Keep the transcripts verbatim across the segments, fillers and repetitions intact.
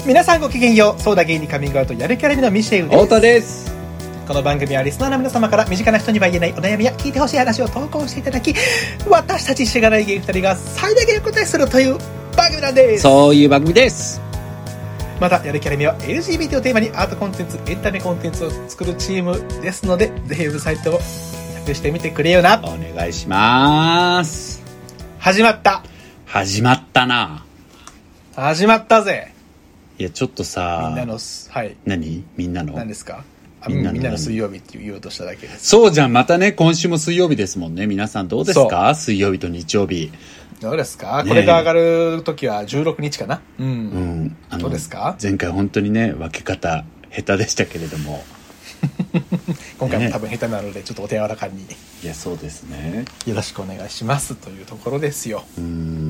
皆さんごきげんよう。そうだ芸にカミングアウトやるキャラミのミシェウです。 太田です。 この番組はリスナーの皆様から身近な人には言えないお悩みや聞いてほしい話を投稿していただき、私たちしがない芸ふたりが最大限お答えするという番組なんです。 そういう番組です。 またやるキャラミは エルジービーティー をテーマにアートコンテンツ、エンタメコンテンツを作るチームですので、ぜひウェブサイトをチェックしてみてくれよな。 お願いします。 始まった始まったな。 始まったぜ。 いやちょっとさ、 みんなのはい何みんなの何ですか。 みんなのみんなの水曜日って言おうとしただけです。 そうじゃん。またね、今週も水曜日ですもんね。皆さんどうですか？水曜日と日曜日どうですか、ね、これが上がる時はじゅうろくにちかな。うん、うん、あのどうですか？ 前回本当にね分け方下手でしたけれども今回も多分下手なのでちょっとお手柔らかに、ね、 いやそうですね、 よろしくお願いしますというところですよ。 うん、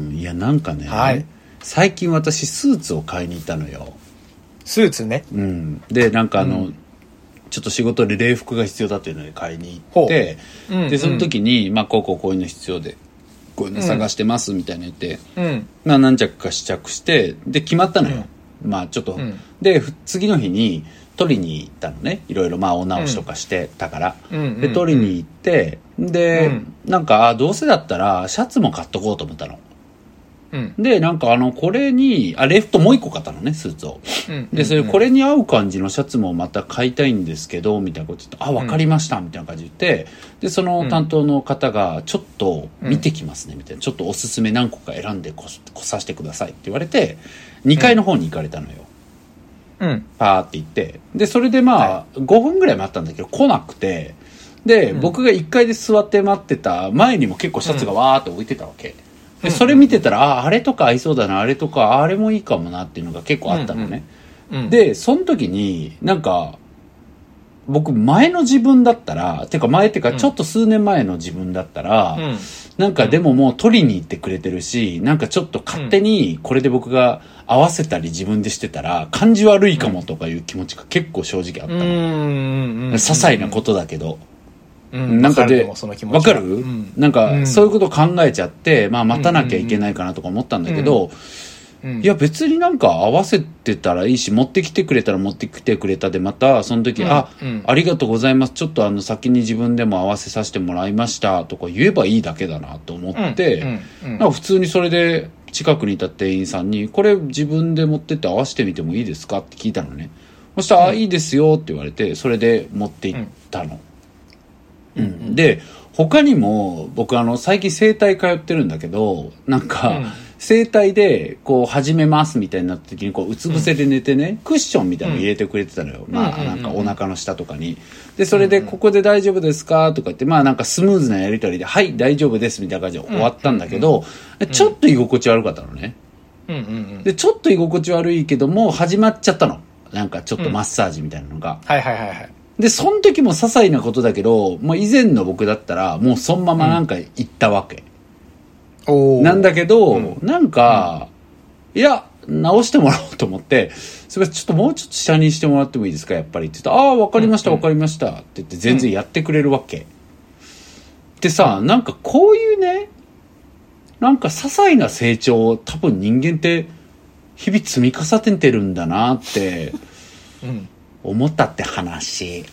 いやなんかね、 はい、 最近私スーツを買いに行ったのよ。 スーツね。 うん、でなんかあの、うん、ちょっと仕事で礼服が必要だっていうので買いに行って、うん、でその時に、まあ、こうこうこういうの必要でこういうの探してますみたいな言って、うん、まあ、何着か試着してで決まったのよ、うん、まあちょっと、うん、で次の日に取りに行ったのね。いろいろまあお直しとかしてたから、うん、で取りに行ってで、うん、なんかどうせだったらシャツも買っとこうと思ったの。うん、でなんかあのこれにあレフトもう一個買ったのねスーツを、うん、でそれこれに合う感じのシャツもまた買いたいんですけどみたいなこと言ってあ分かりましたみたいな感じで言ってでその担当の方がちょっと見てきますねみたいなちょっとおすすめ何個か選んでこ来させてくださいって言われてにかいの方に行かれたのよ、うん、パーって行ってでそれでまあ、はい、ごふんぐらい待ったんだけど来なくてで、うん、僕がいっかいで座って待ってた前にも結構シャツがわーって置いてたわけ、でそれ見てたらああれとか合いそうだなあれとかあれもいいかもなっていうのが結構あったのね、うんうん、でその時になんか僕前の自分だったらてか前ってかちょっと数年前の自分だったら、うん、なんかでももう取りに行ってくれてるしなんかちょっと勝手にこれで僕が合わせたり自分でしてたら感じ悪いかもとかいう気持ちが結構正直あったの、うん、些細なことだけどうん、なんかで分かる、うん、なんかそういうこと考えちゃって、まあ、待たなきゃいけないかなとか思ったんだけど、うんうん、いや別になんか合わせてたらいいし持ってきてくれたら持ってきてくれたでまたその時、うん、あ、うん、ありがとうございますちょっとあの先に自分でも合わせさせてもらいましたとか言えばいいだけだなと思って、うんうんうん、なんか普通にそれで近くにいた店員さんにこれ自分で持ってって合わせてみてもいいですかって聞いたのね。そしたら、うん、あいいですよって言われてそれで持って行ったの、うんうん、で他にも僕あの最近整体通ってるんだけどなんか、うん、整体でこう始めますみたいになった時にこううつ伏せで寝てね、うん、クッションみたいなの入れてくれてたのよ、うん、まあなんかお腹の下とかにでそれでここで大丈夫ですかとか言ってまあなんかスムーズなやり取りではい大丈夫ですみたいな感じで終わったんだけど、うん、ちょっと居心地悪かったのね、うんうんうん、でちょっと居心地悪いけども始まっちゃったのなんかちょっとマッサージみたいなのが、 うん、はいはいはいはいでその時も些細なことだけど、まあ、以前の僕だったらもうそのままなんか行ったわけ、うん、なんだけど、うん、なんか、うん、いや直してもらおうと思ってそれちょっともうちょっと下にしてもらってもいいですかやっぱりって言ったらああ分かりました分かりましたって言って全然やってくれるわけ、うん、でさなんかこういうねなんか些細な成長を多分人間って日々積み重ねてるんだなってうん思ったって話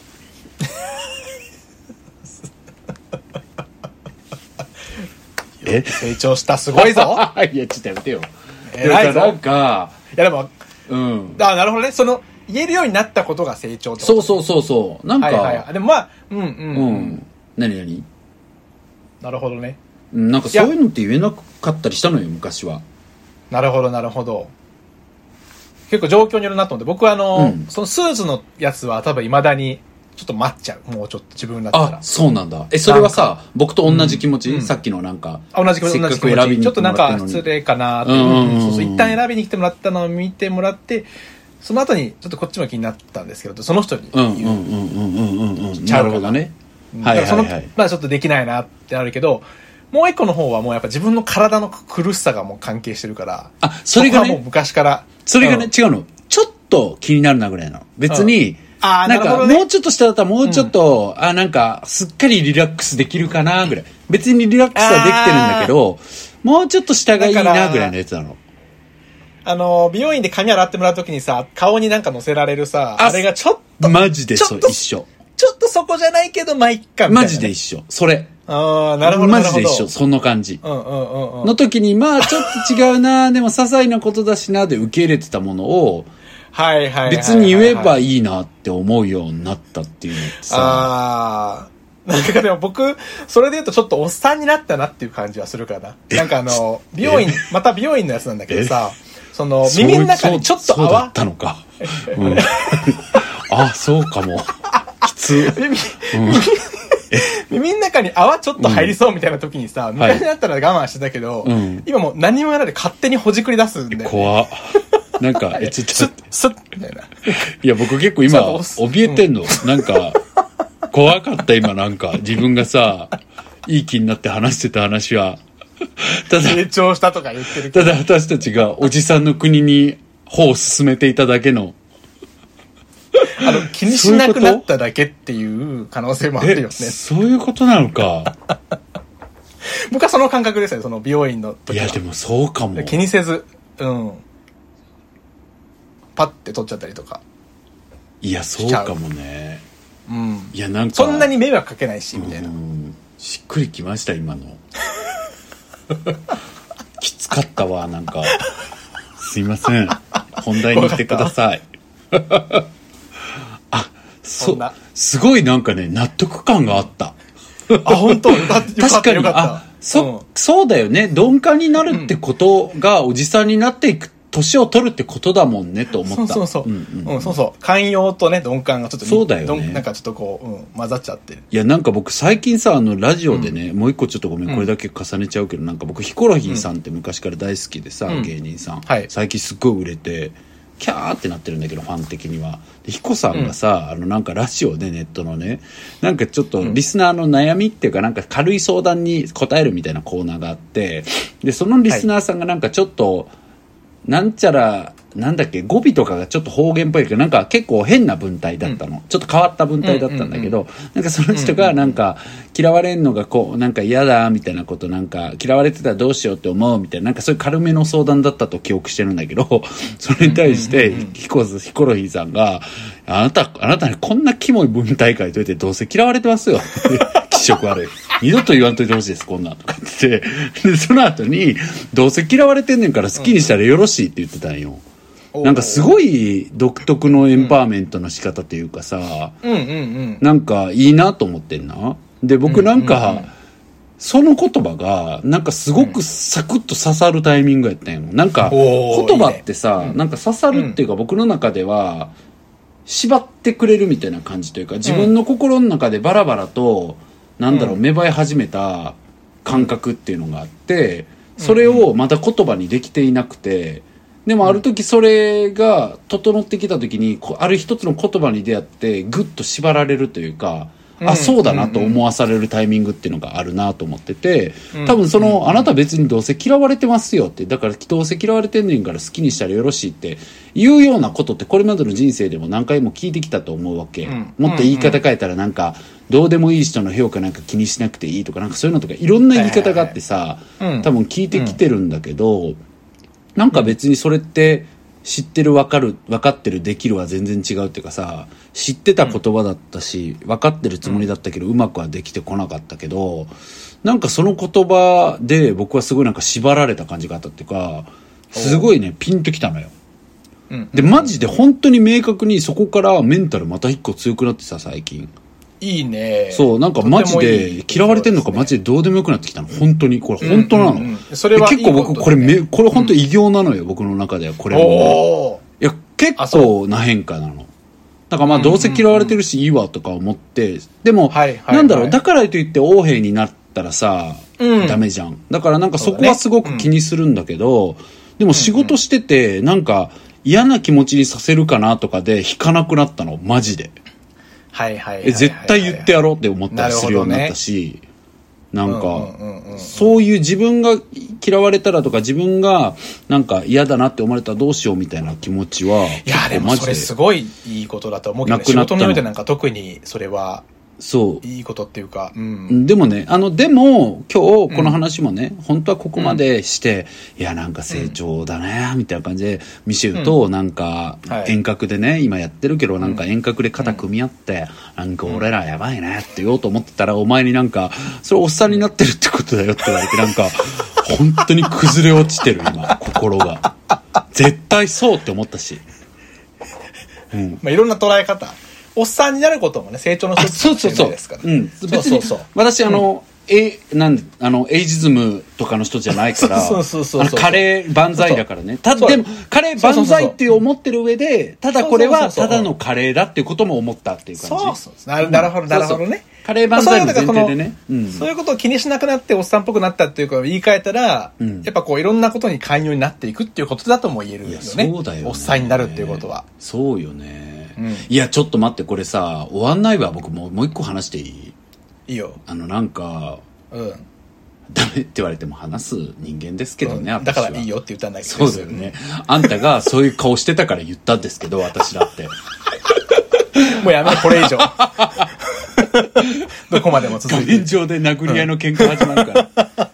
え成長したすごいぞいやちょっとやめてよ偉いぞなんかいやでもうんあなるほどねその言えるようになったことが成長ってこと、 そうそうそうそうなんか、はいはいはい、 でもまあうんうん、うん、 何何なるほどねなんかそういうのって言えなかったりしたのよ昔は。 なるほどなるほど結構状況によるなと思って僕はあの、うん、そのスーツのやつは多分未だにちょっと待っちゃうもうちょっと自分だったら。 あそうなんだ。えそれはさ僕と同じ気持ち、うん、さっきのなんか同じ気持ち同じ気持ちちょっとなんか失礼かなって、うん、そうそう一旦選びに来てもらったのを見てもらってその後にちょっとこっちも気になったんですけどその人に言うちゃうかなね。 はいはいはい。まあちょっとできないなってなるけどもう一個の方はもうやっぱ自分の体の苦しさがもう関係してるからあそれがねそこはもう昔からそれがね、うん、違うのちょっと気になるなぐらいの別に、うん、あなんか、ね、もうちょっと下だったらもうちょっと、うん、あなんかすっかりリラックスできるかなぐらい別にリラックスはできてるんだけどもうちょっと下がいいなぐらいのやつなのあの、美容院で髪洗ってもらうときにさ、顔になんか乗せられるさ、あ, あれがちょっと。 マジでそう、一緒。 ちょっとそこじゃないけど、まあ、いっかみたいな、ね。 マジで一緒。それ。 ああ、なるほど。 マジで一緒。そんな感じ。 うんうんうんうん。 の時に、まあ、ちょっと違うな、でも些細なことだしな、で受け入れてたものを、 はいはいはいはい、はい。 別に言えばいいなって思うようになったっていうのってさ。 ああ。なんかでも僕、それで言うとちょっとおっさんになったなっていう感じはするかな。なんかあの、美容院、また美容院のやつなんだけどさ、その、耳の中にちょっと泡。 そうだったのか。うん、あ、そうかも。きつ。 耳、うん耳の中に泡ちょっと入りそうみたいな時にさ、うん、昔だったら我慢してたけど、はい、今もう何もやらないで勝手にほじくり出すんで、ね。 怖っ。なんか、え、ちょっと。スッ、 スッ、みたいな。 いや、僕結構今、怯えてんの。うん、なんか、怖かった今なんか、自分がさ、いい気になって話してた話は。 ただ、成長したとか言ってるけど。ただ私たちがおじさんの国に歩を進めていただけの、 あの、気にしなくなっただけっていう可能性もあるよね。 そういうことなのか。 僕はその感覚ですよ、その美容院の時は。 いや、でもそうかも。 気にせず、うん。パッて取っちゃったりとか。 いや、そうかもね。 うん。 いや、なんか。 そんなに迷惑かけないし、みたいな。うん。 しっくりきました、今の。きつかったわ、なんか。すいません。本題に行ってください。あ、そう、すごいなんかね、納得感があった。 あ、本当？よかった。 確かに、 よかった。 あ、そ、うん、そうだよね。鈍感になるってことが、おじさんになっていく、年を取るってことだもんね、と思った。 そうそうそう。うんうんうん、そうそう。寛容とね、鈍感がちょっと、 そうだよね。 なんかちょっとこう、うん、混ざっちゃってる。 いや、なんか僕最近さ、あの、ラジオでね、うん、もう一個ちょっとごめん、これだけ重ねちゃうけど、なんか僕、ヒコロヒーさんって昔から大好きでさ、うん、芸人さん。はい。最近すっごい売れて、キャーってなってるんだけど、ファン的には。で、ヒコさんがさ、うん、あの、なんかラジオでネットのね、なんかちょっとリスナーの悩みっていうか、なんか軽い相談に答えるみたいなコーナーがあって、で、そのリスナーさんがなんかちょっと、なんちゃら、なんだっけ、語尾とかがちょっと方言っぽいけど、なんか結構変な文体だったの。うん、ちょっと変わった文体だったんだけど、うんうんうん、なんかその人がなんか、嫌われんのがこう、なんか嫌だ、みたいなこと、なんか、嫌われてたらどうしようって思う、みたいな、なんかそういう軽めの相談だったと記憶してるんだけど、それに対して、ヒコ、ヒコロヒーさんが、あなた、あなたにこんなキモい文体書いといて、どうせ嫌われてますよ。気色悪い。二度と言わんといてほしいです、こんなんとかって。で、その後に、どうせ嫌われてんねんから好きにしたらよろしいって言ってたんよ。なんかすごい独特のエンパワーメントの仕方というかさ、 うんうんうん、 なんかいいなと思ってんな。で、僕なんか、うんうんうん、その言葉が、なんかすごくサクッと刺さるタイミングやったんよ。なんか、言葉ってさ、いいね、なんか刺さるっていうか、僕の中では、縛ってくれるみたいな感じというか、自分の心の中でバラバラと、なんだろう、芽生え始めた感覚っていうのがあって、それをまた言葉にできていなくて、でもある時それが整ってきた時に、ある一つの言葉に出会ってグッと縛られるというか、あ、そうだなと思わされるタイミングっていうのがあるなと思ってて、多分その、あなた別にどうせ嫌われてますよって、だからどうせ嫌われてんねんから好きにしたらよろしいっていうようなことってこれまでの人生でも何回も聞いてきたと思うわけ。もっと言い方変えたらなんか、どうでもいい人の評価なんか気にしなくていいとか、なんかそういうのとかいろんな言い方があってさ、多分聞いてきてるんだけど、なんか別にそれって知ってる、分かる、分かってる、できるは全然違うっていうかさ、知ってた言葉だったし、分かってるつもりだったけどうまくはできてこなかったけど、なんかその言葉で僕はすごいなんか縛られた感じがあったっていうか、すごいねピンときたのよ。でマジで本当に明確にそこからメンタルまた一個強くなってさ、最近。 いいね。 そう、なんかマジで嫌われてんのかマジでどうでもよくなってきたの。本当に。これ本当なの。うんうんうん、それはいいことだね。結構僕、これめ、これ本当異形なのよ、僕の中では。これも。いや、結構な変化なの。だからまあどうせ嫌われてるしいいわとか思って、でも、なんだろう、だからといって横柄になったらさ、うん、ダメじゃん。だからなんかそこはすごく気にするんだけど、でも仕事してて、なんか嫌な気持ちにさせるかなとかで引かなくなったの、マジで。 はいはいはいはい、 え絶対言ってやろうって思ったりするようになったし、な、ね、なんか、うんうんうんうん、そういう自分が嫌われたらとか自分がなんか嫌だなって思われたらどうしようみたいな気持ちは、 いやでもそれすごいいいことだと思うけど、ね、仕事においてなんか特にそれはそういいことっていうか、うん、 でもねあのでも今日この話もね、うん、本当はここまでして、うん、いやなんか成長だねみたいな感じでミシェルとなんか遠隔でね、はい、今やってるけどなんか遠隔で肩組み合って、うん、なんか俺らやばいねって言おうと思ってたらお前になんかそれおっさんになってるってことだよって言われてなんか本当に崩れ落ちてる今心が絶対そうって思ったし、 うんまあ、いろんな捉え方おっさんになることもね成長の一つかもしれないですから。 そうそうそう。うん。別にそうそうそう私あの、うん、えなんであのエイジズムとかの人じゃないから。そうそうそうそう。カレー万歳だからね。ただでもカレー万歳って思ってる上でただこれはただのカレーだっていうことも思ったっていう感じ。 そうそうそう。なるなるほどなるほどね。 カレー万歳の前提でね、 うん。そういうことを気にしなくなっておっさんっぽくなったっていうか言い換えたら、うん、やっぱこういろんなことに寛容になっていくっていうことだとも言えるよね。そうだよね。おっさんになるっていうことは。 そうよね。うん、いやちょっと待ってこれさ終わんないわ僕もうもう一個話していい？ いいよ。 あのなんか、うん、ダメって言われても話す人間ですけどね、 うん、だからいいよって言ったんだけど。 そうだよね。あんたがそういう顔してたから言ったんですけど私だってもうやめこれ以上どこまでも続いて画面上で殴り合いの喧嘩始まるから、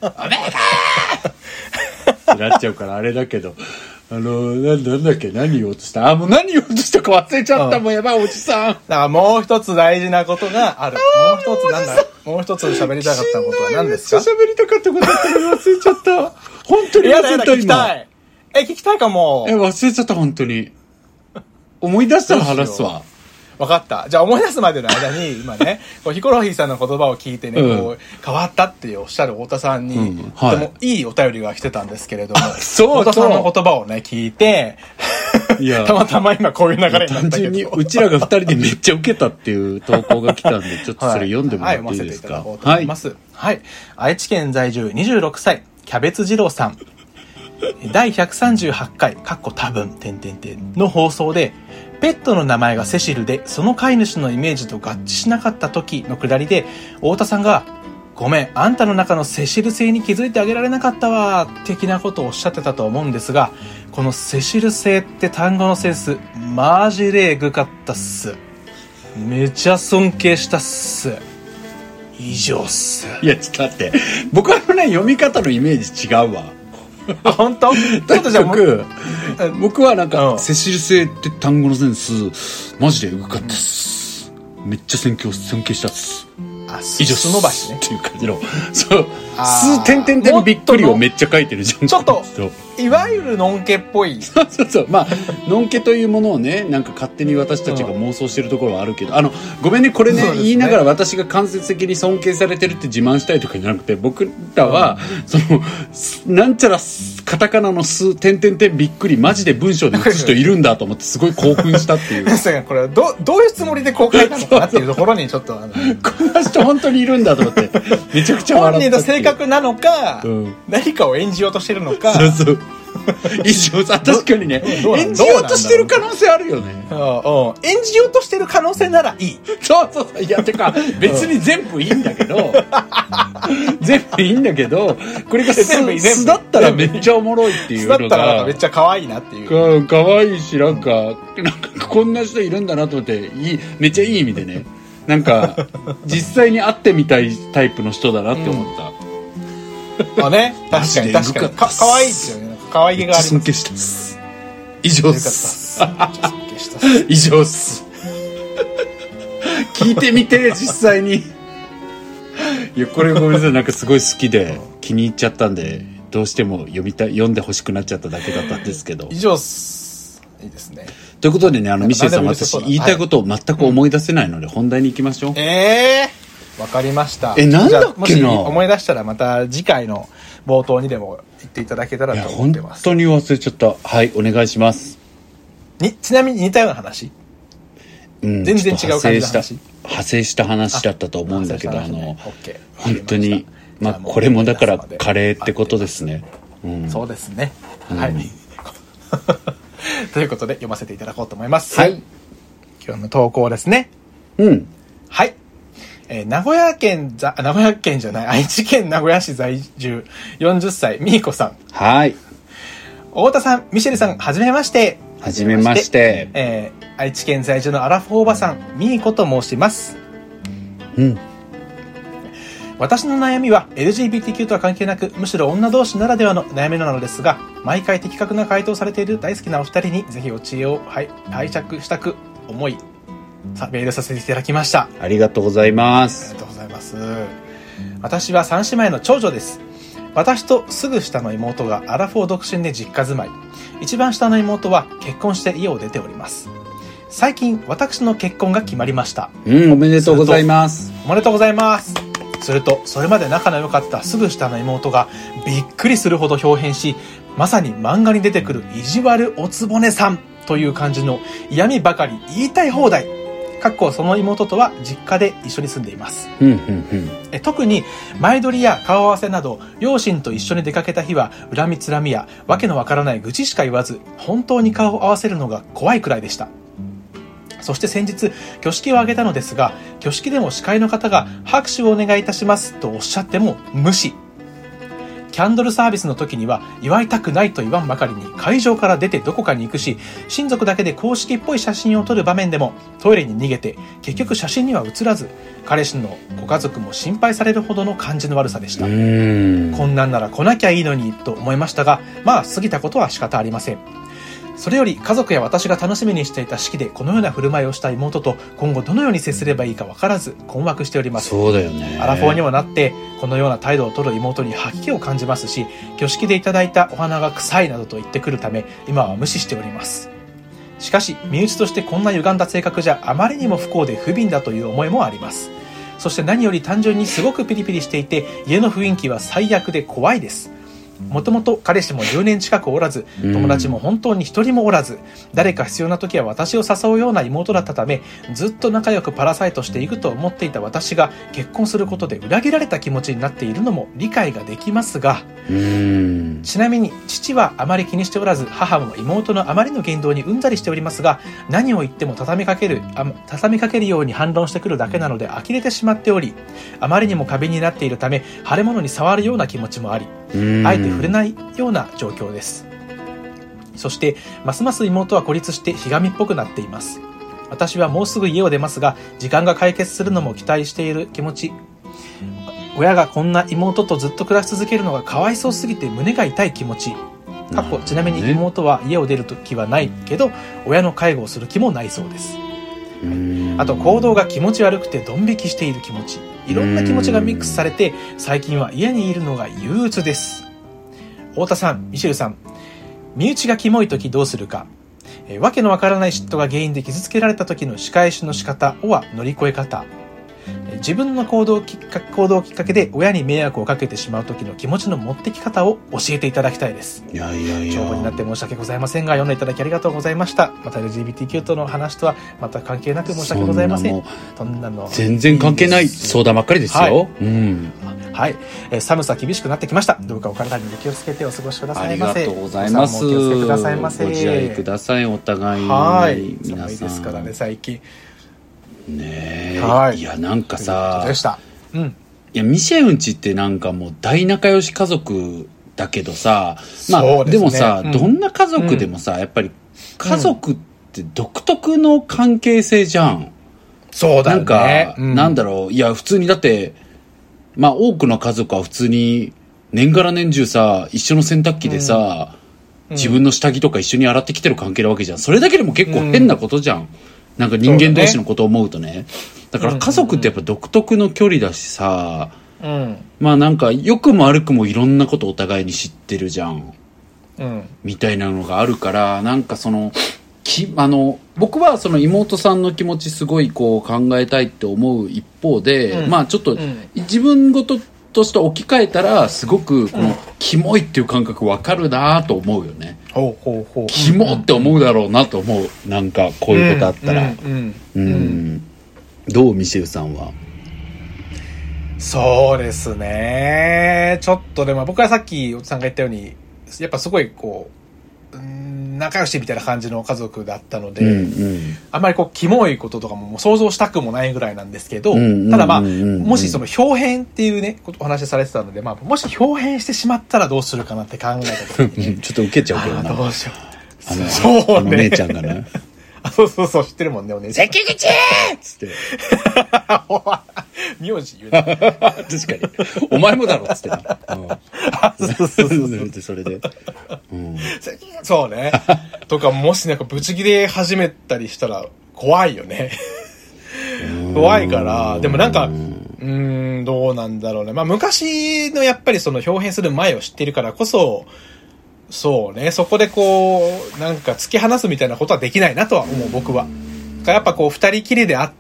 おめえかーってなっちゃうからあれだけどあのな、なんだっけ何言おうとしたあもう何言おうとしたか忘れちゃった、うん、もうやばいおじさんだからもう一つ大事なことがあるもう一つなんだもう一つ喋りたかったことは何ですか喋りたかったことだったら忘れちゃった本当に忘れたやだやだ聞きたいえ聞きたいかもえ忘れちゃった本当に思い出したら話すわ分かった。じゃあ思い出すまでの間に今ねこうヒコロヒーさんの言葉を聞いてね、うん、こう変わったっておっしゃる太田さんに、うんはい、とてもいいお便りが来てたんですけれどもそう太田さんの言葉をね聞いていやたまたま今こういう流れになったけど単純にうちらが二人でめっちゃウケたっていう投稿が来たんでちょっとそれ読んでもらっていいですか。 はい、はい、読ませていただこうと思います、はいはい、愛知県在住にじゅうろくさいキャベツ二郎さんだいひゃくさんじゅうはちかいかっこ多分点点点の放送でペットの名前がセシルでその飼い主のイメージと合致しなかった時のくだりで太田さんがごめんあんたの中のセシル性に気づいてあげられなかったわ的なことをおっしゃってたと思うんですがこのセシル性って単語のセンスマジでエグかったっすめちゃ尊敬したっす以上っす。 いやちょっと待って僕はね読み方のイメージ違うわ本当？ ちょっとじゃあ僕僕はなんか、うん、セシル性って単語のセンスマジでエグかったっす、うん、めっちゃ尊敬尊敬したっすあ以上す伸ばしねっていう感じのそうす点点点びっくりをめっちゃ書いてるじゃんちょっといわゆるのんけっぽいそうそうそうまあのんけというものをねなんか勝手に私たちが妄想してるところはあるけど、うん、あのごめんねこれ ね, ね言いながら私が間接的に尊敬されてるって自慢したいとかじゃなくて僕らは、うん、そのなんちゃらカタカナのす点点点びっくりマジで文章で打つ人いるんだと思ってすごい興奮したっていうこれは ど, どういうつもりでこう書いたのかなっていうところにちょっとあのこんな人本当にいるんだと思ってめちゃくちゃ笑った本人の性格なのか、うん、何かを演じようとしてるのかそうそう以上さ確かにね演じようとしてる可能性あるよねうん、うん、演じようとしてる可能性ならいいそうそうそういやてか別に全部いいんだけど全部いいんだけどこれが素だったらめっちゃおもろいっていうのが素だったらめっちゃ可愛いなっていうか可愛いしなんかなんかこんな人いるんだなと思っていいめっちゃいい意味でねなんか実際に会ってみたいタイプの人だなって思った、 うん、あね確かに確かにか可愛いですよね可愛げがあります。 尊敬したっす。以上っす。以上っす。聞いてみて実際に。いやこれごめんなさいなんかすごい好きで気に入っちゃったんでどうしても読みたい読んでほしくなっちゃっただけだったんですけど。 以上っす。いいですね。 ということでねあのミシェルさん私言いたいことを全く思い出せないので、はい、本題に行きましょう。 えー、わかりました。 えなんだっけな。 もし思い出したらまた次回の冒頭にでも言っていただけたらと思ってます。 本当に忘れちゃった。はいお願いします。 にちなみに似たような話、うん、全然違う感じの話派生した話だったと思うんだけど あ, あの、ね、本当にまあこれもだからカレーってことですね、 うん、そうですね、うん、はいということで読ませていただこうと思います。はい今日の投稿ですね。 うんはいえー、名古屋県ざ名古屋県じゃない愛知県名古屋市在住よんじゅっさいみーこさん。 はい太田さんミシェルさんはじめまして。 はじめまして、 えー、愛知県在住のアラフォーおばさんみーこと申します。 うん。 私の悩みは エルジービーティーキュー とは関係なく、むしろ女同士ならではの悩みなのですが、毎回的確な回答されている大好きなお二人にぜひお知恵を拝借したく思い、さメールさせていただきました。 ありがとうございます。 ありがとうございます。私は三姉妹の長女です。私とすぐ下の妹がアラフォー独身で実家住まい。一番下の妹は結婚して家を出ております。最近私の結婚が決まりました。 うん、おめでとうございます。 おめでとうございます。するとそれまで仲の良かったすぐ下の妹がびっくりするほど表変し、まさに漫画に出てくる意地悪おつぼねさんという感じの嫌味ばかり言いたい放題。かっこその妹とは実家で一緒に住んでいます。 うんうんうん、 え特に前撮りや顔合わせなど両親と一緒に出かけた日は恨みつらみやわけのわからない愚痴しか言わず、本当に顔を合わせるのが怖いくらいでした。そして先日挙式を挙げたのですが、挙式でも司会の方が拍手をお願いいたしますとおっしゃっても無視。キャンドルサービスの時には祝いたくないと言わんばかりに会場から出てどこかに行くし、親族だけで公式っぽい写真を撮る場面でもトイレに逃げて結局写真には写らず、彼氏のご家族も心配されるほどの感じの悪さでした。 うーん、 こんなんなら来なきゃいいのにと思いましたが、まあ過ぎたことは仕方ありません。それより家族や私が楽しみにしていた式でこのような振る舞いをした妹と今後どのように接すればいいか分からず困惑しております。 そうだよね。 アラフォーにもなってこのような態度を取る妹に吐き気を感じますし、挙式でいただいたお花が臭いなどと言ってくるため今は無視しております。しかし身内としてこんな歪んだ性格じゃあまりにも不幸で不憫だという思いもあります。そして何より単純にすごくピリピリしていて家の雰囲気は最悪で怖いです。もともと彼氏もじゅうねん近くおらず、友達も本当に一人もおらず、誰か必要な時は私を誘うような妹だったため、ずっと仲良くパラサイトしていくと思っていた私が結婚することで裏切られた気持ちになっているのも理解ができますが、 うーん、 ちなみに父はあまり気にしておらず、母も妹のあまりの言動にうんざりしておりますが、何を言っても畳みかけるあ畳みかけるように反論してくるだけなので呆れてしまっており、あまりにも過敏になっているため腫れ物に触るような気持ちもあり、あえて触れないような状況です。そしてますます妹は孤立してひがみっぽくなっています。私はもうすぐ家を出ますが、時間が解決するのも期待している気持ち、親がこんな妹とずっと暮らし続けるのがかわいそうすぎて胸が痛い気持ち。かっこちなみに妹は家を出る気はないけど親の介護をする気もないそうです。あと行動が気持ち悪くてドン引きしている気持ち、いろんな気持ちがミックスされて最近は家にいるのが憂鬱です。太田さん、ミシェルさん、身内がキモい時どうするか、えー、わけのわからない嫉妬が原因で傷つけられた時の仕返しの仕方は乗り越え方、自分の行動きっかけ、行動きっかけで親に迷惑をかけてしまう時の気持ちの持ってき方を教えていただきたいです。 いやいやいや、 長文になって申し訳ございませんが読んでいただきありがとうございました。また エルジービーティーキュー との話とはまた関係なく申し訳ございません。 そんなの全然関係ない相談ばっかりですよ。はい、うん、 はい、えー、寒さ厳しくなってきました。どうかお体にお気をつけてお過ごしくださいませ。 ありがとうございます。 お気をつけくださいませ。 ご自愛ください、お互いに。 はい、 皆さん寒いですからね最近ねえ、 はい、 いやなんかさ、 でした、うん、 いやミシェウンチってなんかもう大仲良し家族だけどさ、まあ で,、ね、でもさ、うん、どんな家族でもさ、やっぱり家族って独特の関係性じゃん、うん、 そうだね。 なんか、うん、なんだろう、いや普通にだってまあ多くの家族は普通に年がら年中さ一緒の洗濯機でさ、うん、自分の下着とか一緒に洗ってきてる関係なわけじゃん。それだけでも結構変なことじゃん、うん、なんか人間同士のことを思うとね。だから家族ってやっぱ独特の距離だしさ、うん、まあなんか良くも悪くもいろんなことお互いに知ってるじゃん、うん、みたいなのがあるから、なんかそのきあの僕はその妹さんの気持ちすごいこう考えたいって思う一方で、うん、まあちょっと自分ごととして置き換えたらすごくこのキモいっていう感覚分かるなと思うよね、うん、ほうほうほう、キモって思うだろうなと思う。なんかこういうことあったら、うんうんうんうん、どうミシェルさんは。 そうですね、ちょっとでも僕はさっきおじさんが言ったようにやっぱすごいこう仲良しみたいな感じの家族だったので、うんうん、あんまりこうキモいこととかも想像したくもないぐらいなんですけど、うんうんうんうん、ただまあもしその表変っていうねお話されてたので、まあ、もし表変してしまったらどうするかなって考えた時に、ね、 ちょっと受けちゃうけどな、 どうしよう、 あのそうね、あの姉ちゃんがねあそうそうそう知ってるもんねお姉ちゃん、 関口っつって名字言うね。 確かに。お前もだろっつってな。うん、 そうそうそうそれで。うん、 そうね。とか、もしなんかブチギレ始めたりしたら怖いよね。怖いから、でもなんか、うーん、どうなんだろうね。まあ昔のやっぱりその表現する前を知ってるからこそ、そうね、そこでこう、なんか突き放すみたいなことはできないなとは思う、僕は。やっぱこう、二人きりで会って、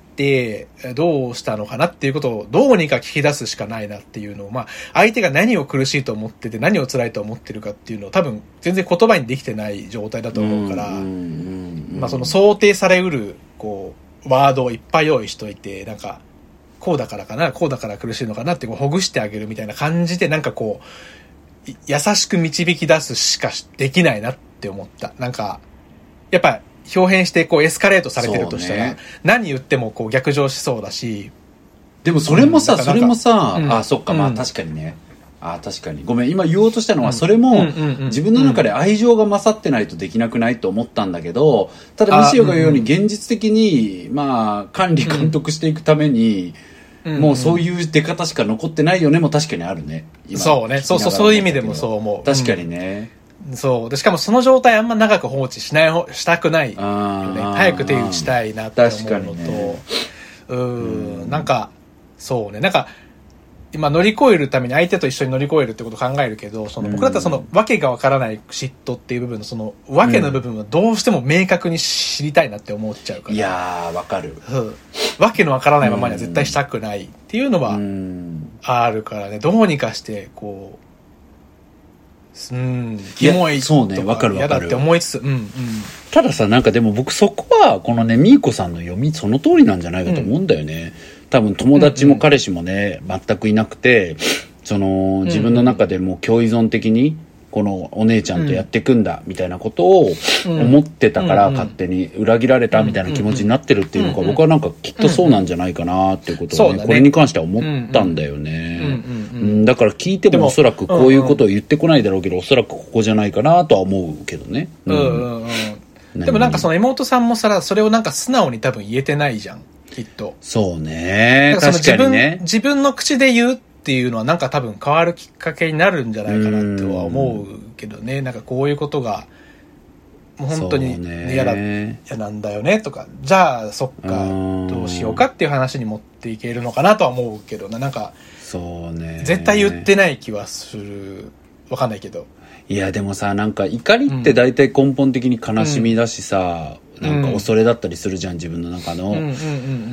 どうしたのかなっていうことをどうにか聞き出すしかないなっていうのを、まあ、相手が何を苦しいと思ってて、何を辛いと思ってるかっていうのを多分、全然言葉にできてない状態だと思うから、まあその想定されうる、こう、ワードをいっぱい用意しといて、なんか、こうだからかな、こうだから苦しいのかなってこうほぐしてあげるみたいな感じで、なんかこう、優しく導き出すしかできないなって思った。なんか、やっぱ表現してこうエスカレートされてるとしたら、ね、何言ってもこう逆上しそうだし。 でもそれもさ、うん、それもさ、うん、あ、そっか、まあ確かにね。あ、確かに。ごめん、今言おうとしたのは、それも自分の中で愛情が勝ってないとできなくないと思ったんだけど、ただ西尾が言うように現実的に、まあ、管理監督していくために、もうそういう出方しか残ってないよねも確かにあるね。 今そうね。そうそう、そういう意味でもそう思う。 確かにね。 うん、そう。で、しかもその状態あんま長く放置しない、したくないよね。早く手打ちたいなって思うのと、ね、うーん、うん、なんか、そうね。なんか、今乗り越えるために相手と一緒に乗り越えるってことを考えるけど、その僕だったらその訳がわからない嫉妬っていう部分のその訳の部分はどうしても明確に知りたいなって思っちゃうから。 いやー、わかる。 うん。訳のわからないままには絶対したくないっていうのはあるからね、どうにかしてこう、うん、キモいとか嫌だって思いつつ、うんうん。 たださ、なんかでも僕そこはこのね、ミーコさんの読みその通りなんじゃないかと思うんだよね。うん多分友達も彼氏もね、うんうん、全くいなくて、その自分の中でも共依存的にこのお姉ちゃんとやっていくんだみたいなことを思ってたから勝手に裏切られたみたいな気持ちになってるっていうのが僕はなんかきっとそうなんじゃないかなっていうことをね、これに関しては思ったんだよね。だから聞いてもおそらくこういうことを言ってこないだろうけど、おそらくここじゃないかなとは思うけどね。うんうんうん、でもなんかその妹さんもさ、それをなんか素直に多分言えてないじゃん。きっと。 そうね。確かにね。 自分の口で言うっていうのはなんか多分変わるきっかけになるんじゃないかなとは思うけどね。なんかこういうことがもう本当に嫌だ、嫌なんだよねとか、じゃあそっかどうしようかっていう話に持っていけるのかなとは思うけどな。なんかそうね。 絶対言ってない気はする。わかんないけど。 いやでもさ、なんか怒りって大体根本的に悲しみだしさ。うんなんか恐れだったりするじゃん、自分の中の、うんうんうんうん、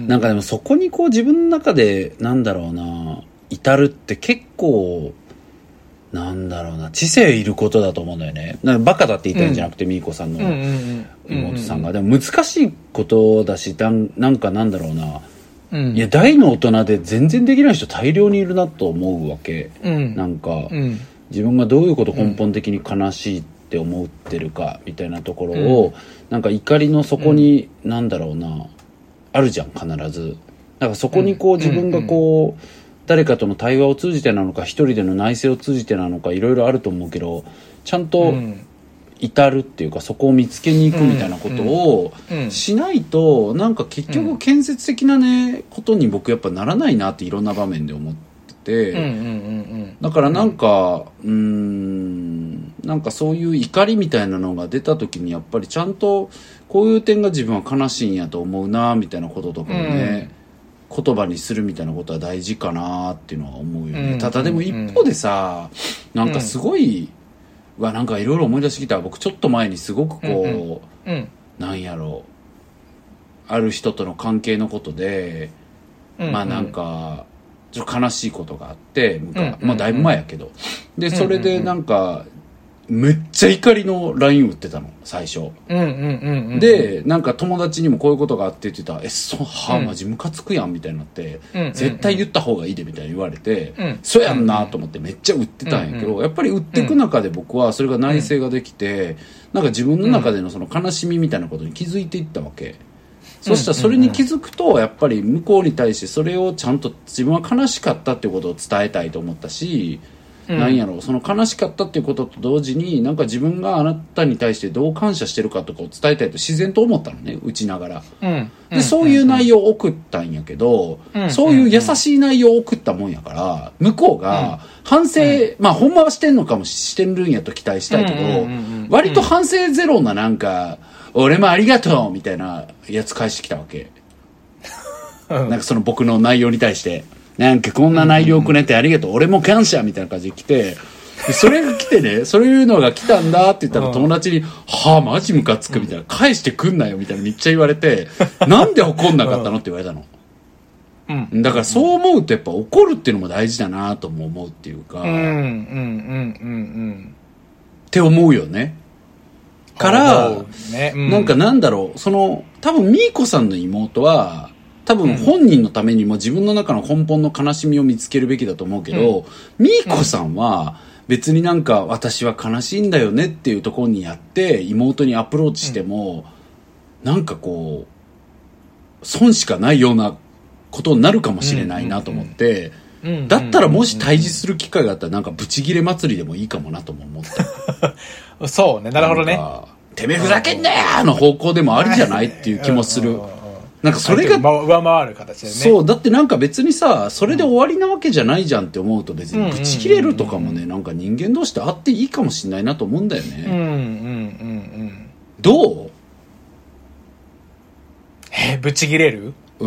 なんかでもそこにこう自分の中でなんだろうな至るって結構なんだろうな知性いることだと思うんだよね。なんかバカだって言いたいんじゃなくて、うん、ミーコさんの妹さんがでも難しいことだし、だんなんかなんだろうな、うん、いや大の大人で全然できない人大量にいるなと思うわけ、うん、なんか、うん、自分がどういうこと根本的に悲しいって思ってるかみたいなところを、うん、なんか怒りの底に、うん、なんだろうなあるじゃん必ず。なんかそこにこう自分がこう、うん、誰かとの対話を通じてなのか一人での内省を通じてなのかいろいろあると思うけど、ちゃんと至るっていうかそこを見つけに行くみたいなことをしないと、なんか結局建設的なねことに僕やっぱならないなっていろんな場面で思ってて、だからなんかうーんなんかそういう怒りみたいなのが出た時にやっぱりちゃんとこういう点が自分は悲しいんやと思うなみたいなこととかをね、うん、言葉にするみたいなことは大事かなっていうのは思うよね、うん、ただでも一方でさ、うん、なんかすごい、うん、わなんかいろいろ思い出してきた。僕ちょっと前にすごくこう、うんうん、なんやろうある人との関係のことで、うんうん、まあなんかちょっと悲しいことがあって、うんうん、まあだいぶ前やけど、でそれでなんかめっちゃ怒りの ライン 打ってたの最初、うんうんうんうん、でなんか友達にもこういうことがあってって言ったらえそうはマジムカつくやんみたいになって、うんうんうん、絶対言った方がいいでみたいに言われて、うん、そうやんなと思ってめっちゃ打ってたんやけど、うんうん、やっぱり打っていく中で僕はそれが内省ができて、うん、なんか自分の中でのその悲しみみたいなことに気づいていったわけ、うん、そしたらそれに気づくとやっぱり向こうに対してそれをちゃんと自分は悲しかったってことを伝えたいと思ったし、 うん、なんやろう、その悲しかったっていうことと同時になんか自分があなたに対してどう感謝してるかとかを伝えたいと自然と思ったのね、打ちながら、うん、で、うん、そういう内容を送ったんやけど、うん、そういう優しい内容を送ったもんやから向こうが反省、うん、まあほんまはしてんのかもしてるんやと期待したいけど、うんうんうん、割と反省ゼロななんか俺もありがとうみたいなやつ返してきたわけなんかその僕の内容に対してなんかこんな内容くれてありがとう、俺も感謝みたいな感じで来て、それが来てね、そういうのが来たんだって言ったら友達に、はぁ、マジムカつくみたいな、返してくんなよみたいなめっちゃ言われて、なんで怒んなかったのって言われたの。うん、だからそう思うとやっぱ怒るっていうのも大事だなとも思うっていうか、うんうんうんうんうんって思うよね。から、ねうん、なんかなんだろう、その多分ミーコさんの妹は多分本人のためにも自分の中の根本の悲しみを見つけるべきだと思うけど、うん、ミーコさんは別になんか私は悲しいんだよねっていうところにやって妹にアプローチしても、うん、なんかこう損しかないようなことになるかもしれないなと思って、うんうんうん、だったらもし対峙する機会があったらなんかブチギレ祭りでもいいかもなとも思ったそうね、なるほどね。 てめえふざけんなよの方向でもありじゃないっていう気もする。なんかそれが上回る形でね。 そうだってなんか別にさそれで終わりなわけじゃないじゃんって思うと別にブチ切れるとかもね、なんか人間同士であっていいかもしれないなと思うんだよね。うんうんうんうん。どう？ えー、ブチ切れる？ うん。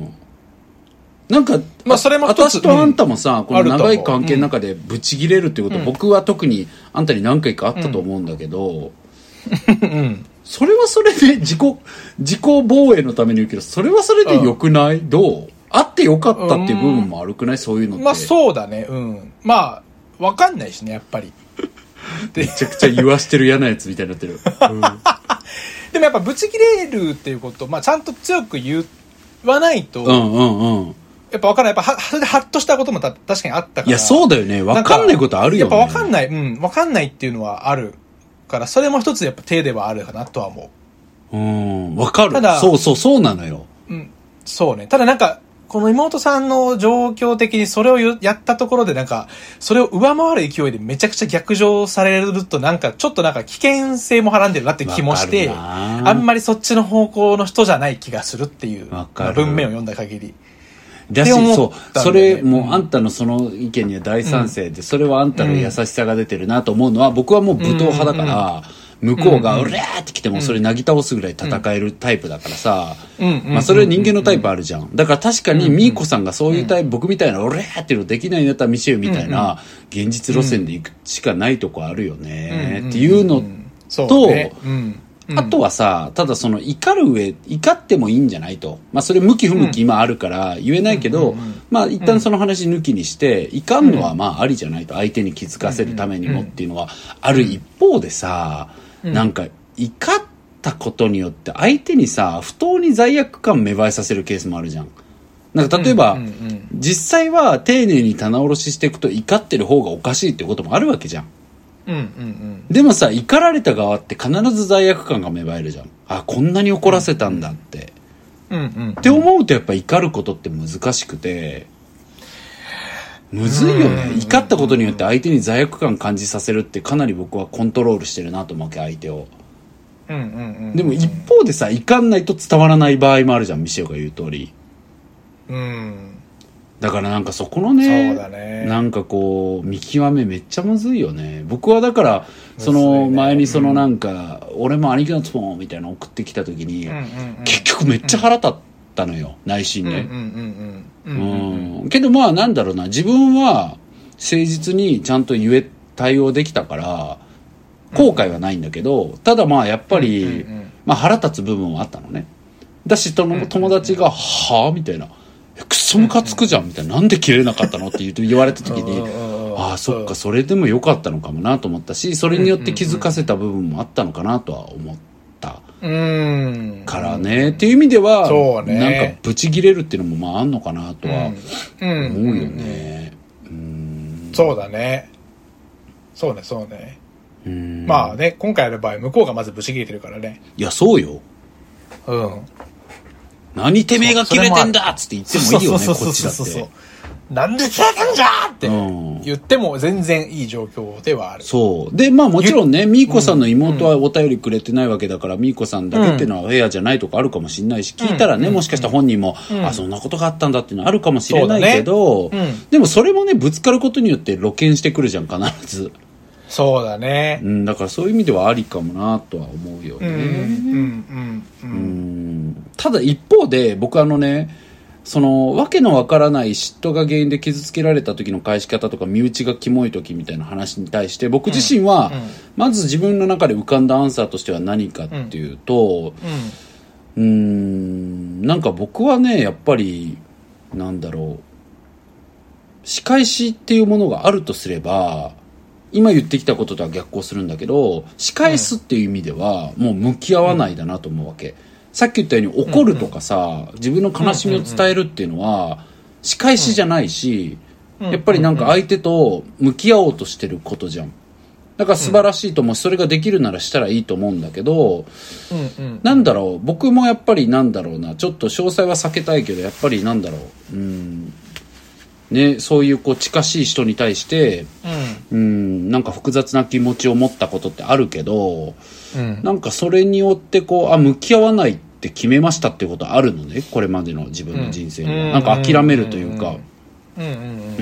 なんかまあそれも一つ私とあんたもさ、うん、この長い関係の中でブチ切れるっていうこと、うん、僕は特にあんたに何回かあったと思うんだけど。うん。うんそれはそれで自己、自己防衛のために言うけど、それはそれで良くない、うん、どうあって良かったっていう部分もあるくない、そういうのって。 まあそうだね。うん。まあ、わかんないしね、やっぱり。 めちゃくちゃ言わしてる嫌なやつみたいになってる。うん、 でもやっぱブチ切れるっていうこと、まあちゃんと強く言わないと、 うんうんうん。 やっぱわかんない。やっぱは、それでハッとしたこともた確かにあったから。 いや、そうだよね。わかんないことあるよね。 やっぱわかんない。うん。わかんないっていうのはある。からそれも一つやっぱ手ではあるかなとは思う。うん、わかる。ただそうそうそうなのよ。 うん、そうね。ただなんかこの妹さんの状況的にそれをやったところでなんかそれを上回る勢いでめちゃくちゃ逆上されるとなんかちょっとなんか危険性もはらんでるなって気もして、あんまりそっちの方向の人じゃない気がするっていう文面を読んだ限り。 だし、そう、それもあんたのその意見には大賛成で、うん、それはあんたの優しさが出てるなと思うのは、僕はもう武闘派だから、うんうん、向こうがうれーって来てもそれなぎ倒すぐらい戦えるタイプだからさ、まあそれは人間のタイプあるじゃん。だから確かにミーコさんがそういうタイプ、僕みたいなうれーっていうのできないんだったらミシェルみたいな現実路線で行くしかないとこあるよねっていうのと、あとはさ、ただその怒る上、怒ってもいいんじゃないと。まあそれ向き不向き今あるから言えないけど、うん、まあ一旦その話抜きにして、怒るのはまあありじゃないと。相手に気づかせるためにもっていうのはある一方でさ、なんか怒ったことによって相手にさ、不当に罪悪感芽生えさせるケースもあるじゃん。なんか例えば、実際は丁寧に棚卸ししていくと怒ってる方がおかしいってこともあるわけじゃん。うんうんうん、でもさ怒られた側って必ず罪悪感が芽生えるじゃん。あ、こんなに怒らせたんだって、うんうんうん、って思うとやっぱ怒ることって難しくてむずいよね。怒ったことによって相手に罪悪感感じさせるってかなり僕はコントロールしてるなと思うわけ、相手を、うんうんうんうん、でも一方でさ怒んないと伝わらない場合もあるじゃん、ミシェルが言う通り。うんだからなんかそこの ね, そうだねなんかこう見極めめっちゃむずいよね。僕はだからその前にそのなんか、うん、俺もありがとうみたいなの送ってきた時に、うんうんうん、結局めっちゃ腹立ったのよ、うん、内心ね。けどまあなんだろうな、自分は誠実にちゃんと言え対応できたから後悔はないんだけど、ただまあやっぱり、うんうんうん、まあ、腹立つ部分はあったのね。だし友達がはぁみたいな、クソムカつくじゃんみたいな、なんで切れなかったのって言われた時にああそっかそれでもよかったのかもなと思ったし、それによって気づかせた部分もあったのかなとは思ったからね。っていう意味ではなんかブチ切れるっていうのもまああんのかなとは思うよね。うんそうだねそうねそうね。うんまあね今回の場合向こうがまずブチ切れてるからね。 いやそうよ。うん何てめえが切れてんだっつって言ってもいいよね、こっちだって。 なんで切れてんじゃーって言っても全然いい状況ではある。 そう。で、まあもちろんね、みーこさんの妹はお便りくれてないわけだから、みーこさんだけっていうのはフェアじゃないとかあるかもしれないし、聞いたらね、もしかしたら本人も、あ、そんなことがあったんだっていうのはあるかもしれないけど、でもそれもね、ぶつかることによって露見してくるじゃん、必ず。 そうだね。 うん、だからそういう意味ではありかもなとは思うよね。 うん、うん、うん、うん。 ただ一方で、僕あのね、その、わけのわからない嫉妬が原因で傷つけられた時の返し方とか、身内がキモい時みたいな話に対して、僕自身は、まず自分の中で浮かんだアンサーとしては何かっていうと、うーん、なんか僕はね、やっぱり、なんだろう、仕返しっていうものがあるとすれば、今言ってきたこととは逆行するんだけど、仕返すっていう意味では、もう向き合わないだなと思うわけ。さっき言ったように怒るとかさ、うんうん、自分の悲しみを伝えるっていうのは仕返しじゃないし、うん、やっぱりなんか相手と向き合おうとしてることじゃん。だから素晴らしいと思うし、それができるならしたらいいと思うんだけど、うんうん、なんだろう、僕もやっぱりなんだろうな、ちょっと詳細は避けたいけど、やっぱりなんだろう、うんね、そういうこう近しい人に対して、うん、うんなんか複雑な気持ちを持ったことってあるけど、うん、なんかそれによってこう、あ、向き合わないって決めましたってことあるのね、これまでの自分の人生には、うん、なんか諦めるというか、うんうんうんうん、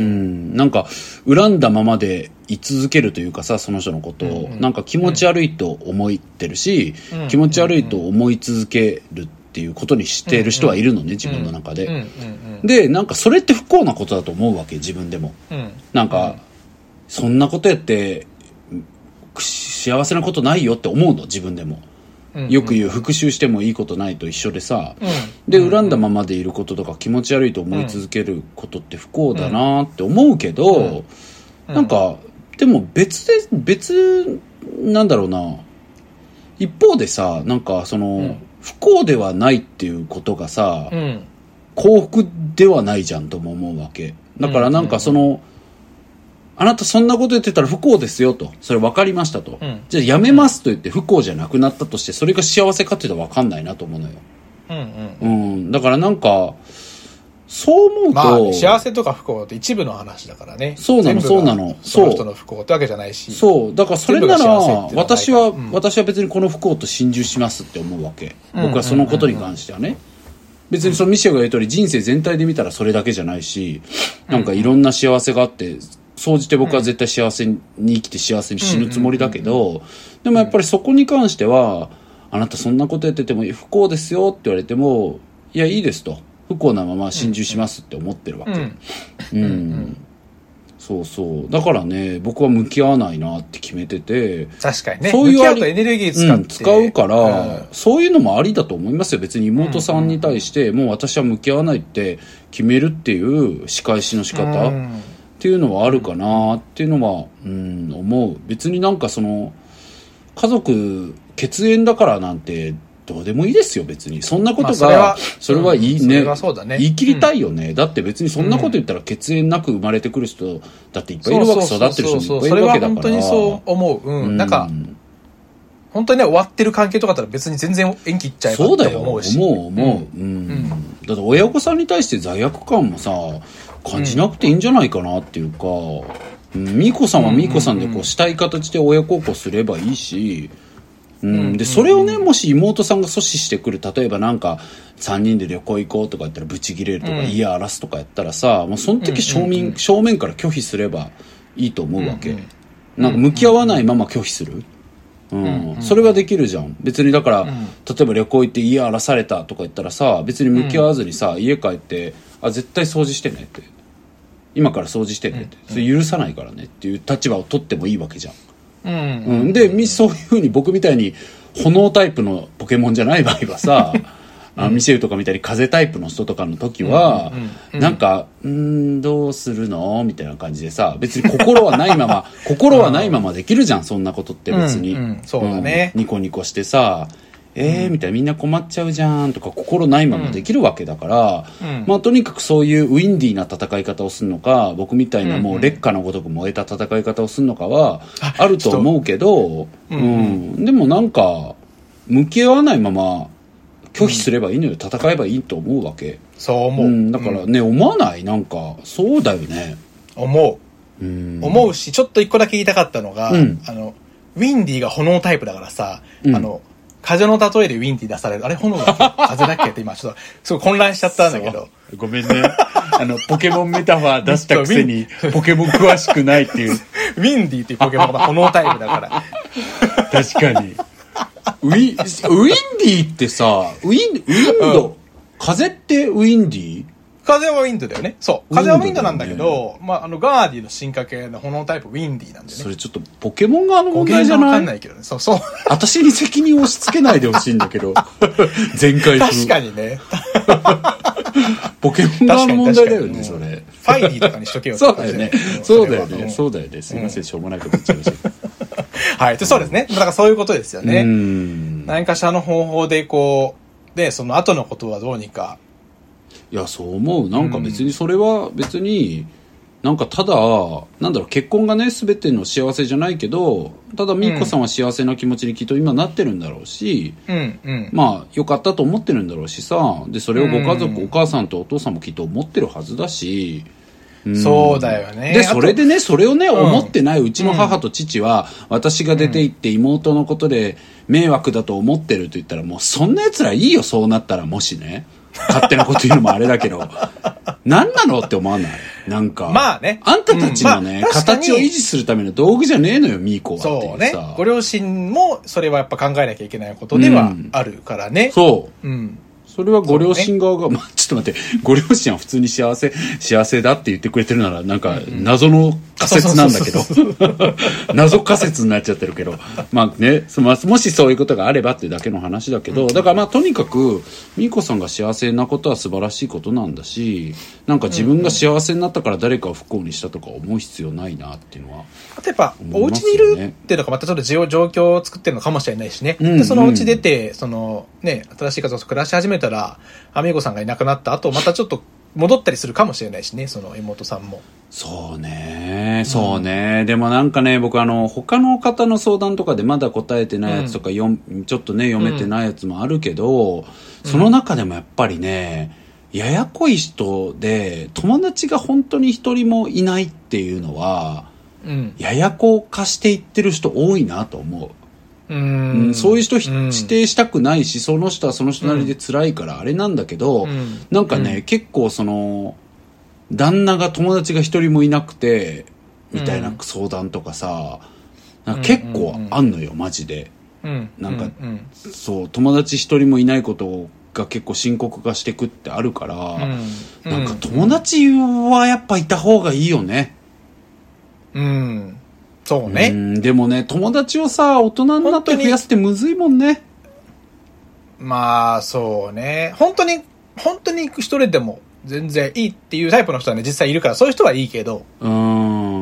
なんか恨んだままで居続けるというかさ、その人のことを、うんうん、なんか気持ち悪いと思ってるし、うんうん、気持ち悪いと思い続けるっていうことにしている人はいるのね、自分の中で、うんうんうんうん、でなんかそれって不幸なことだと思うわけ、自分でも、うん、なんか、うん、そんなことやって幸せなことないよって思うの、自分でも、うんうん、よく言う復讐してもいいことないと一緒でさ、うん、で恨んだままでいることとか気持ち悪いと思い続けることって不幸だなって思うけど、うんうん、なんかでも別で別なんだろうな、一方でさ、なんかその、うん、不幸ではないっていうことがさ、うん、幸福ではないじゃんとも思うわけだから、なんかその、うんうんうん、あなたそんなこと言ってたら不幸ですよと、それ分かりましたと、うん、じゃあやめますと言って不幸じゃなくなったとして、それが幸せかって言ったら分かんないなと思うのよ、うんうんうん、だからなんかそう思うと、まあね、幸せとか不幸って一部の話だからね。そうなのそうなの、 その人の不幸ってわけじゃないし、 そうだからそれなら私は、うん、私は別にこの不幸と心中しますって思うわけ、うん、僕はそのことに関してはね、うんうんうん、別にそのミシェルが言う通り人生全体で見たらそれだけじゃないし、なんかいろんな幸せがあって総じて僕は絶対幸せに生きて幸せに死ぬつもりだけど、でもやっぱりそこに関しては、あなたそんなことやってても不幸ですよって言われても、いやいいですと、不幸なまま心中しますって思ってるわけ、うんうんうん、そうそうだからね、僕は向き合わないなって決めてて、 確かにね、そういう向き合うとエネルギー使って、うん、 使うから、うん、そういうのもありだと思いますよ。別に妹さんに対して、うんうん、もう私は向き合わないって決めるっていう仕返しの仕方、うんっていうのはあるかなっていうのは、うん、思う。別になんかその家族血縁だからなんてどうでもいいですよ、別にそんなことが、まあ、それはそれはいいね、うん、そうだね、言い切りたいよね、うん、だって別にそんなこと言ったら血縁なく生まれてくる人だっていっぱいいるわけ、育ってる人もいっぱいいるわけだから、それは本当にそう思う、うんうん、なんか本当にね、終わってる関係とかだったら別に全然縁切っちゃえばって思うし、 そうだよ、思う思う、うんうん、だって親御さんに対して罪悪感もさ感じなくていいんじゃないかなっていうか、うん、みーこさんはみーこさんでこうしたい形で親孝行すればいいし、うん、でそれをね、もし妹さんが阻止してくる、例えばなんかさんにんで旅行行こうとか言ったらブチギレるとか、うん、家荒らすとかやったらさ、もうその時正面、うんうん、正面から拒否すればいいと思うわけ、うんうん、なんか向き合わないまま拒否する、うんうん、それはできるじゃん別に。だから、うん、例えば旅行行って家荒らされたとか言ったらさ、別に向き合わずにさ、うん、家帰ってあ絶対掃除してねって、今から掃除してねって、それ許さないからねっていう立場を取ってもいいわけじゃん、うんうん、でそういう風に僕みたいに炎タイプのポケモンじゃない場合はさあミシェルとかみたいに風タイプの人とかの時は、うんうんうん、なんかうーんどうするのみたいな感じでさ、別に心はないまま心はないままできるじゃん、そんなことって別に、うんうん、そうだね、うん、ニコニコしてさえーみたいな、みんな困っちゃうじゃんとか心ないままできるわけだから、うんまあ、とにかくそういうウィンディーな戦い方をするのか、僕みたいなもう劣化のごとく燃えた戦い方をするのかはあると思うけど、うんうん、でもなんか向き合わないまま拒否すればいいのよ、うん、戦えばいいと思うわけ。 そう思う、うん、 だからね、思わない？なんかそうだよね、 思う。 思うし、ちょっと一個だけ言いたかったのが、うん、あの、ウィンディが炎タイプだからさ、うん、あの、風の例えでウィンディ出される。あれ炎だっけ風だっけって今ちょっと、すごい混乱しちゃったんだけど。 ごめんね。あの、ポケモンメタファー出したくせに、ポケモン詳しくないっていう。 ウィンディっていうポケモンが炎タイプだから。 確かに。ウィ、ウィンディってさ、ウィン、ウィンド、うん、風ってウィンディ？ 風はウィンドだよね。そう。風はウィンドなんだけど、まあ、あの、ガーディの進化系の炎タイプウィンディなんでね。 それちょっとポケモン側の問題じゃない？ わかんないけどね。そうそう。 私に責任を押し付けないでほしいんだけど。前回確かにね。 ポケモン側の問題だよね、それ。 ファイディとかにしとけよそうだよね。そうだよね。そうだよね。すいません、しょうもないこと言っちゃいました。 はい。で、そうですね。だからそういうことですよね。何かしらの方法でこう、で、その後のことはどうにか。 いや、そう思う。なんか別にそれは別に、なんかただ、なんだろう、結婚がね、全ての幸せじゃないけど、ただ、みーこさんは幸せな気持ちにきっと今なってるんだろうし、 うんうん、 まあ、よかったと思ってるんだろうしさ、で、それをご家族、うん、お母さんとお父さんもきっと思ってるはずだし、 うん、そうだよね。 で、それでね、それをね、うん、思ってないうちの母と父は、私が出て行って妹のことで迷惑だと思ってると言ったら、もうそんな奴らいいよ、そうなったら、もしね。勝手なこと言うのもあれだけど、何なのって思わない？なんか、 まあね。 あんたたちのね、うんまあ、形を維持するための道具じゃねえのよ、ミーコはっていうさ。 そうね。ご両親も、それはやっぱ考えなきゃいけないことではあるからね。 うん、そう。うん。それはご両親側が、ね、まあ、ちょっと待って、ご両親は普通に幸せ、幸せだって言ってくれてるなら、なんか、謎の仮説なんだけど、謎仮説になっちゃってるけど、まあね、もしそういうことがあればっていうだけの話だけど、だからまあ、とにかく、みーこさんが幸せなことは素晴らしいことなんだし、なんか自分が幸せになったから誰かを不幸にしたとか思う必要ないなっていうのは。 あとやっぱ、お家にいるっていうのがまたちょっと状況を作ってるのかもしれないしね。うんうん、で、そのお家出て、そのね、新しい家族と暮らし始めたら、アミーゴさんがいなくなった後、またちょっと戻ったりするかもしれないしね、その妹さんも。 そうね、そうね。うん、でもなんかね、僕あの、他の方の相談とかでまだ答えてないやつとか、うん、ちょっとね、読めてないやつもあるけど、うん、その中でもやっぱりね、ややこい人で、友達が本当に一人もいないっていうのは、うん、ややこ化していってる人多いなと思う。 うんうん、 そういう人、うん、指定したくないし、その人はその人なりで辛いからあれなんだけど、うん、なんかね、うん、結構その旦那が友達が一人もいなくてみたいな相談とかさ、なんか結構あんのよ、マジで、うん、なんか、うん、そう友達一人もいないことが結構深刻化してくってあるから、うん、なんか友達はやっぱいた方がいいよね。 うんそうね。 うん、でもね、友達をさ、大人になって増やすってむずいもんね。 まあ、そうね。本当に、本当に一人でも全然いいっていうタイプの人はね、実際いるから、そういう人はいいけど。 うん。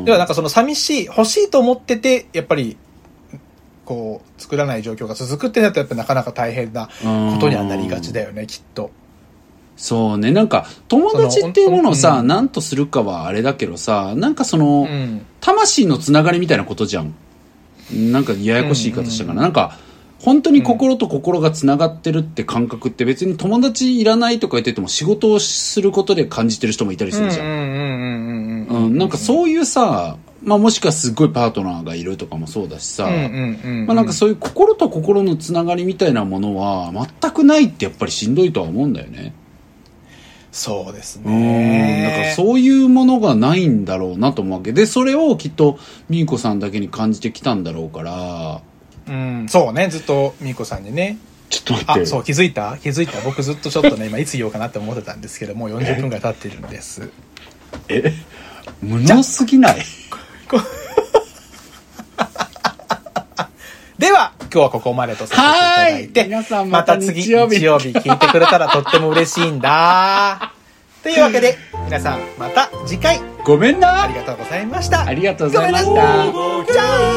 ではなんかその寂しい、欲しいと思ってて、やっぱり、こう、作らない状況が続くってなると、やっぱなかなか大変なことにはなりがちだよね、きっと。 そうね、なんか友達っていうものをさ、何、うん、とするかはあれだけどさ、なんかその、うん、魂のつながりみたいなことじゃん。なんかややこしい言い方したかな、うんうん、なんか本当に心と心がつながってるって感覚って別に友達いらないとか言ってても仕事をすることで感じてる人もいたりするじゃん。なんかそういうさ、まあもしくはすごいパートナーがいるとかもそうだしさ、まあなんかそういう心と心のつながりみたいなものは全くないってやっぱりしんどいとは思うんだよね。 そうですね。 だからそういうものがないんだろうなと思うわけで、それをきっとみーこさんだけに感じてきたんだろうから。 うん、そうね、ずっとみーこさんにね。 ちょっと待って。 あ、そう気づいた気づいた。僕ずっとちょっとね今いつ言おうかなって思ってたんですけどもうよんじゅっぷんぐらい経ってるんです。 え、無能すぎない？ では今日はここまでとさせていただいて、 皆さんまた次日曜日聞いてくれたらとっても嬉しいんだ。というわけで皆さんまた次回ごめんな。 ありがとうございました。 ありがとうございました。 じゃあ